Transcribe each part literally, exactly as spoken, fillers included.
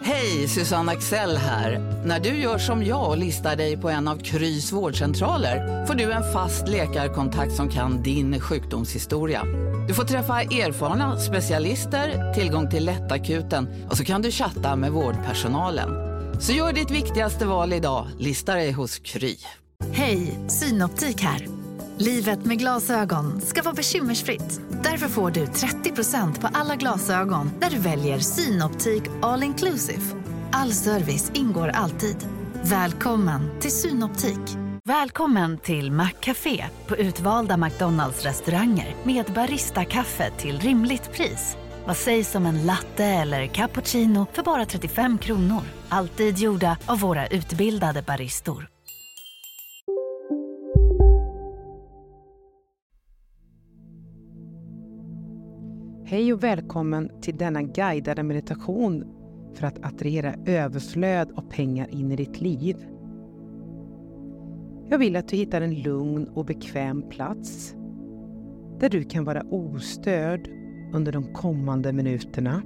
Hej, Susanne Axel här. När du gör som jag och listar dig på en av Krys vårdcentraler får du en fast läkarkontakt som kan din sjukdomshistoria. Du får träffa erfarna specialister, tillgång till lättakuten och så kan du chatta med vårdpersonalen. Så gör ditt viktigaste val idag, lista dig hos Kry. Hej, Synoptik här. Livet med glasögon ska vara bekymmersfritt. Därför får du trettio procent på alla glasögon när du väljer Synoptik All Inclusive. All service ingår alltid. Välkommen till Synoptik. Välkommen till Maccafé på utvalda McDonalds-restauranger med Barista-kaffe till rimligt pris. Vad sägs om en latte eller cappuccino för bara trettiofem kronor? Alltid gjorda av våra utbildade baristor. Hej och välkommen till denna guidade meditation för att attrahera överflöd av pengar in i ditt liv. Jag vill att du hittar en lugn och bekväm plats där du kan vara ostörd under de kommande minuterna.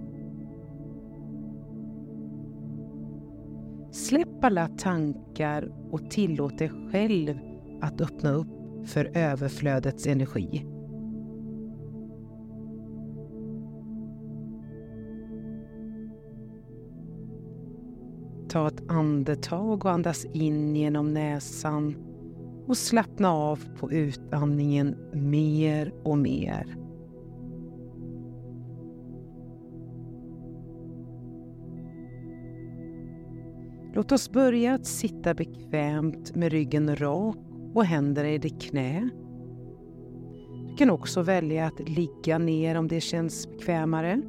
Släpp alla tankar och tillåt dig själv att öppna upp för överflödets energi. Ta ett andetag och andas in genom näsan och slappna av på utandningen mer och mer. Låt oss börja att sitta bekvämt med ryggen rak och händerna i ditt knä. Du kan också välja att ligga ner om det känns bekvämare.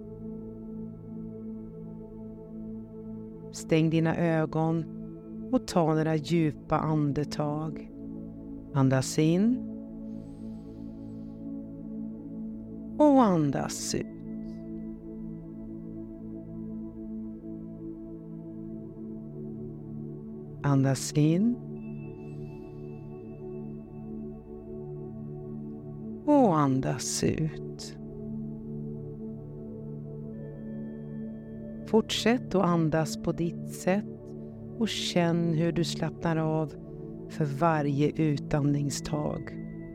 Stäng dina ögon och ta några djupa andetag. Andas in och andas ut. Andas in och andas ut. Fortsätt att andas på ditt sätt och känn hur du slappnar av för varje utandningstag.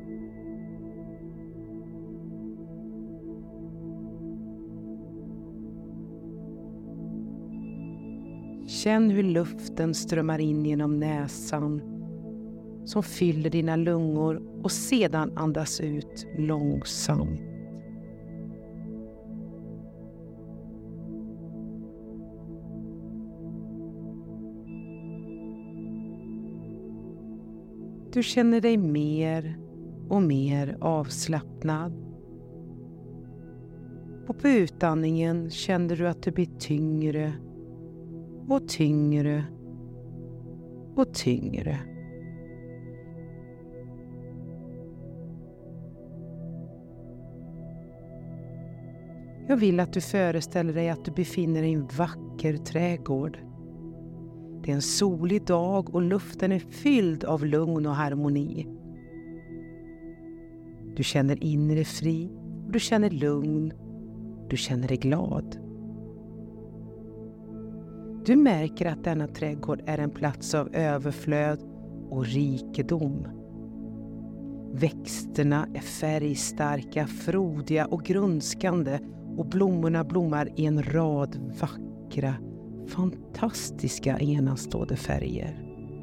Känn hur luften strömmar in genom näsan som fyller dina lungor och sedan andas ut långsamt. Du känner dig mer och mer avslappnad. Och på utandningen känner du att du blir tyngre och tyngre och tyngre. Jag vill att du föreställer dig att du befinner dig i en vacker trädgård. Det är en solig dag och luften är fylld av lugn och harmoni. Du känner inre frid och du känner lugn. Du känner dig glad. Du märker att denna trädgård är en plats av överflöd och rikedom. Växterna är färgstarka, frodiga och grönskande och blommorna blommar i en rad vackra, fantastiska enastående färger.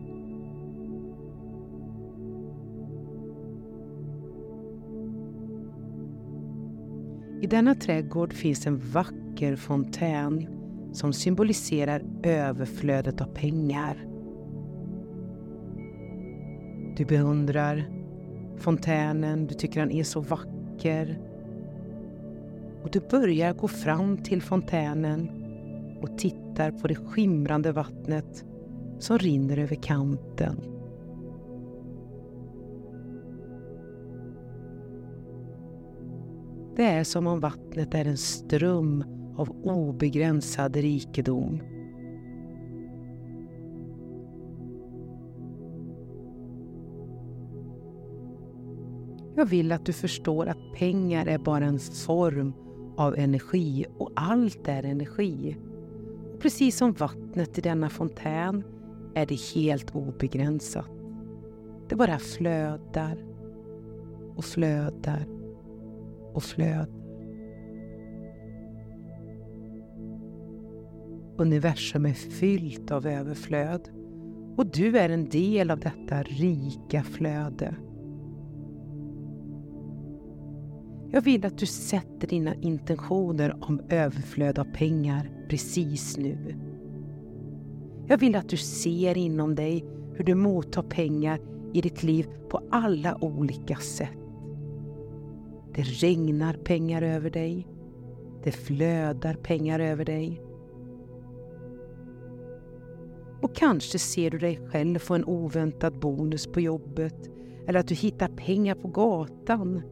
I denna trädgård finns en vacker fontän som symboliserar överflödet av pengar. Du beundrar fontänen, du tycker den är så vacker. Och du börjar gå fram till fontänen och tittar på det skimrande vattnet som rinner över kanten. Det är som om vattnet är en ström av obegränsad rikedom. Jag vill att du förstår att pengar är bara en form av energi och allt är energi. precis som vattnet i denna fontän är det helt obegränsat. Det bara flödar och flödar och flödar. Universum är fyllt av överflöd och du är en del av detta rika flöde. Jag vill att du sätter dina intentioner om överflöd av pengar precis nu. Jag vill att du ser inom dig hur du mottar pengar i ditt liv på alla olika sätt. Det regnar pengar över dig. Det flödar pengar över dig. Och kanske ser du dig själv få en oväntad bonus på jobbet eller att du hittar pengar på gatan.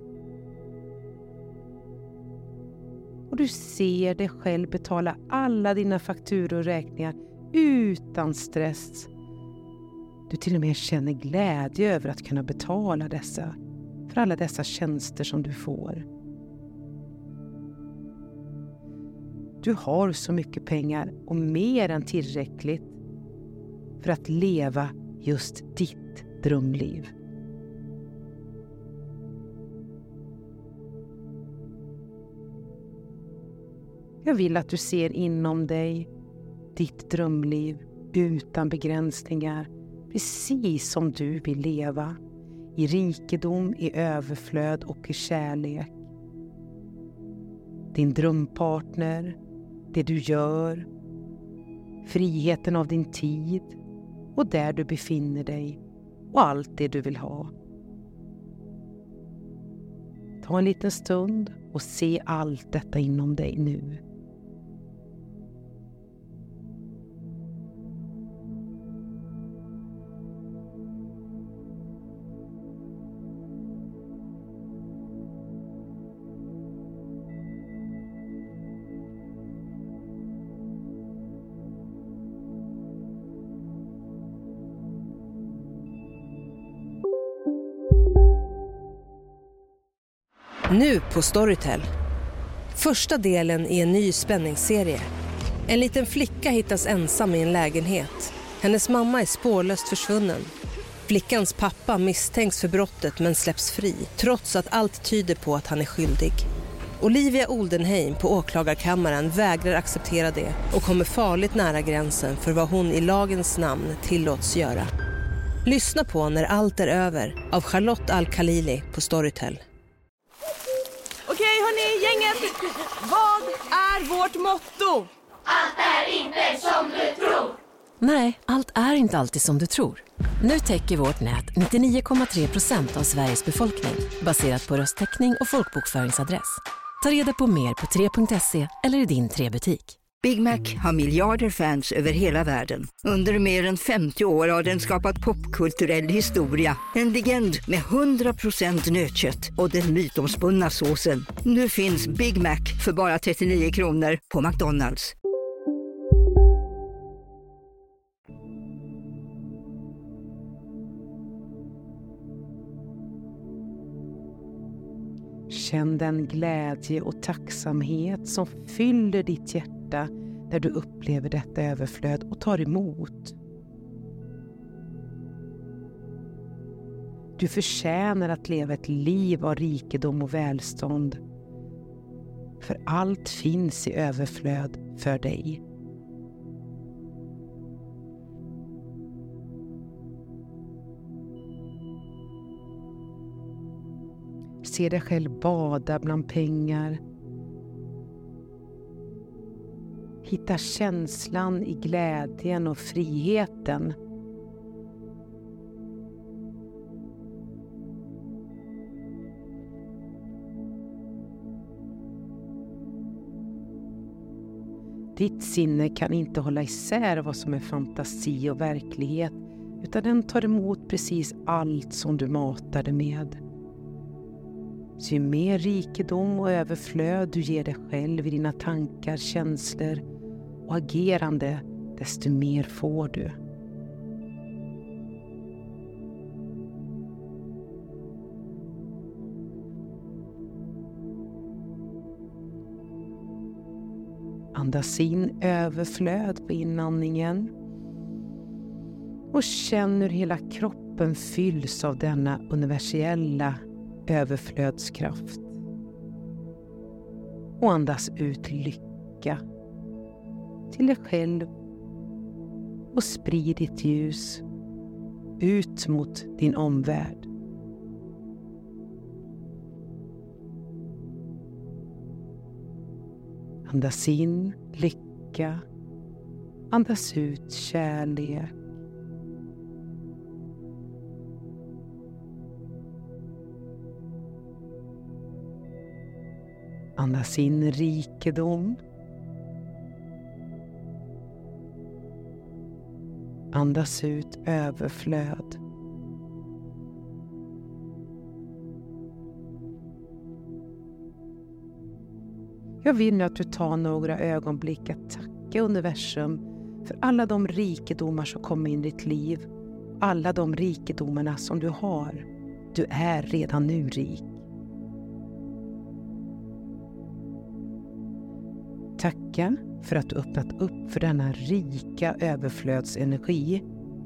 Och du ser dig själv betala alla dina fakturor och räkningar utan stress. Du till och med känner glädje över att kunna betala dessa, för alla dessa tjänster som du får. Du har så mycket pengar och mer än tillräckligt för att leva just ditt drömliv. Jag vill att du ser inom dig ditt drömliv utan begränsningar, precis som du vill leva, i rikedom, i överflöd och i kärlek. Din drömpartner, det du gör, friheten av din tid och där du befinner dig och allt det du vill ha. Ta en liten stund och se allt detta inom dig nu. Nu på Storytel. Första delen i en ny spänningsserie. En liten flicka hittas ensam i en lägenhet. Hennes mamma är spårlöst försvunnen. Flickans pappa misstänks för brottet men släpps fri, trots att allt tyder på att han är skyldig. Olivia Oldenheim på åklagarkammaren vägrar acceptera det och kommer farligt nära gränsen för vad hon i lagens namn tillåts göra. Lyssna på När allt är över av Charlotte Al-Khalili på Storytel. Okej hörni, gänget. Vad är vårt motto? Allt är inte som du tror. Nej, allt är inte alltid som du tror. Nu täcker vårt nät nittionio komma tre procent av Sveriges befolkning baserat på röstteckning och folkbokföringsadress. Ta reda på mer på tre punkt se eller i din tre-butik. Big Mac har miljarder fans över hela världen. Under mer än femtio år har den skapat popkulturell historia. En legend med hundra procent nötkött och den mytomspunna såsen. Nu finns Big Mac för bara trettionio kronor på McDonalds. Känn den glädje och tacksamhet som fyller ditt hjärta när du upplever detta överflöd och tar emot. Du förtjänar att leva ett liv av rikedom och välstånd. För allt finns i överflöd för dig. Se dig själv bada bland pengar. Hitta känslan i glädjen och friheten. Ditt sinne kan inte hålla isär vad som är fantasi och verklighet, utan den tar emot precis allt som du matar det med. Så ju mer rikedom och överflöd du ger dig själv i dina tankar, känslor och agerande, desto mer får du. Andas in överflöd på inandningen. Och känn hur hela kroppen fylls av denna universella överflödskraft. Och andas ut lycka till dig själv och sprid ditt ljus ut mot din omvärld. Andas in lycka, andas ut kärlek. Andas in rikedom. Andas ut överflöd. Jag vill nu att du tar några ögonblick att tacka universum för alla de rikedomar som kommer in i ditt liv. Alla de rikedomarna som du har. Du är redan nu rik. Tacka för att du öppnat upp för denna rika överflödsenergi.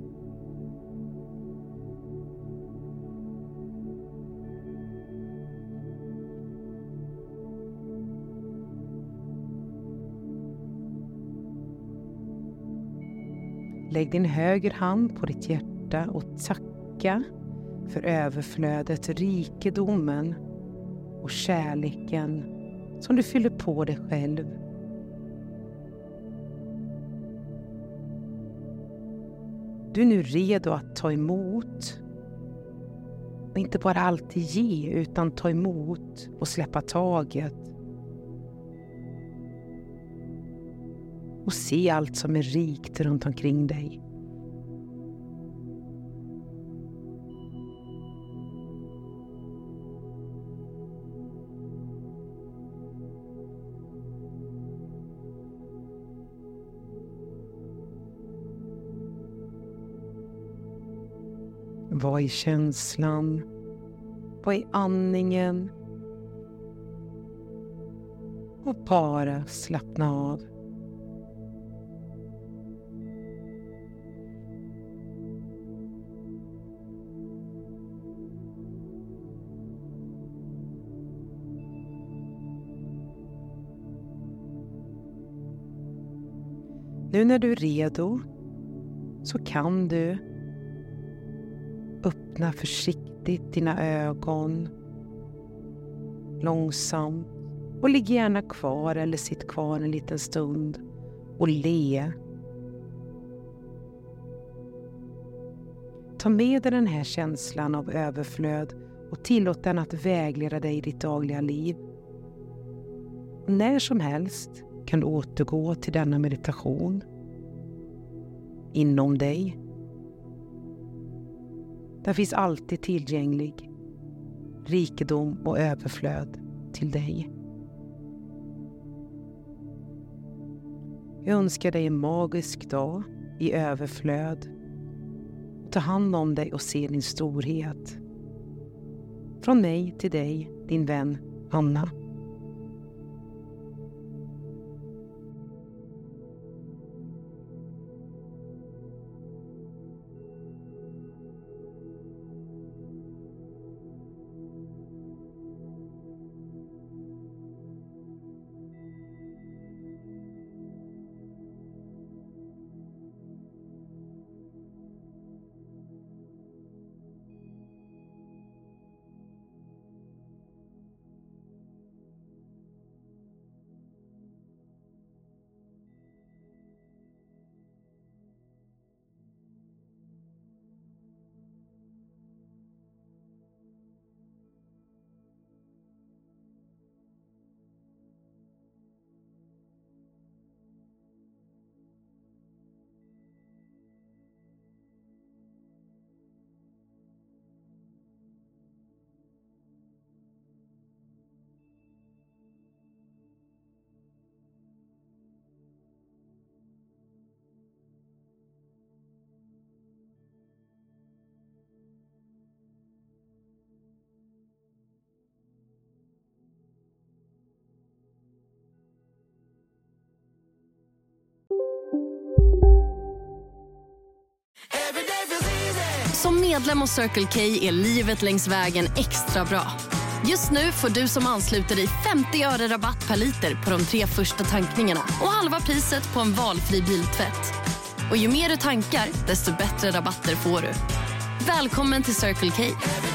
Lägg din höger hand på ditt hjärta och tacka för överflödet, rikedomen och kärleken som du fyller på dig själv. Du är nu redo att ta emot. Och inte bara alltid ge, utan ta emot och släppa taget. Och se allt som är rikt runt omkring dig. Var i känslan, var i andningen och bara slappna av. Nu när du är redo så kan du öppna försiktigt dina ögon långsamt och ligg gärna kvar eller sitt kvar en liten stund och le. Ta med dig den här känslan av överflöd och tillåt den att vägleda dig i ditt dagliga liv. Och när som helst kan du återgå till denna meditation inom dig. Där finns alltid tillgänglig rikedom och överflöd till dig. Jag önskar dig en magisk dag i överflöd. Ta hand om dig och se din storhet. Från mig till dig, din vän Anna. Som medlem hos Circle K är livet längs vägen extra bra. Just nu får du som ansluter dig femtio öre rabatt per liter på de tre första tankningarna och halva priset på en valfri biltvätt. Och ju mer du tankar, desto bättre rabatter får du. Välkommen till Circle K.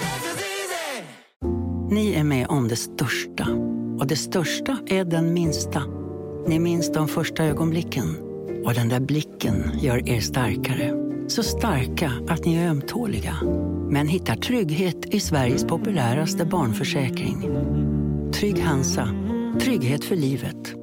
Ni är med om det största. Och det största är den minsta. Ni minns de första ögonblicken. Och den där blicken gör er starkare. Så starka att ni är ömtåliga. Men hittar trygghet i Sveriges populäraste barnförsäkring. Trygg Hansa. Trygghet för livet.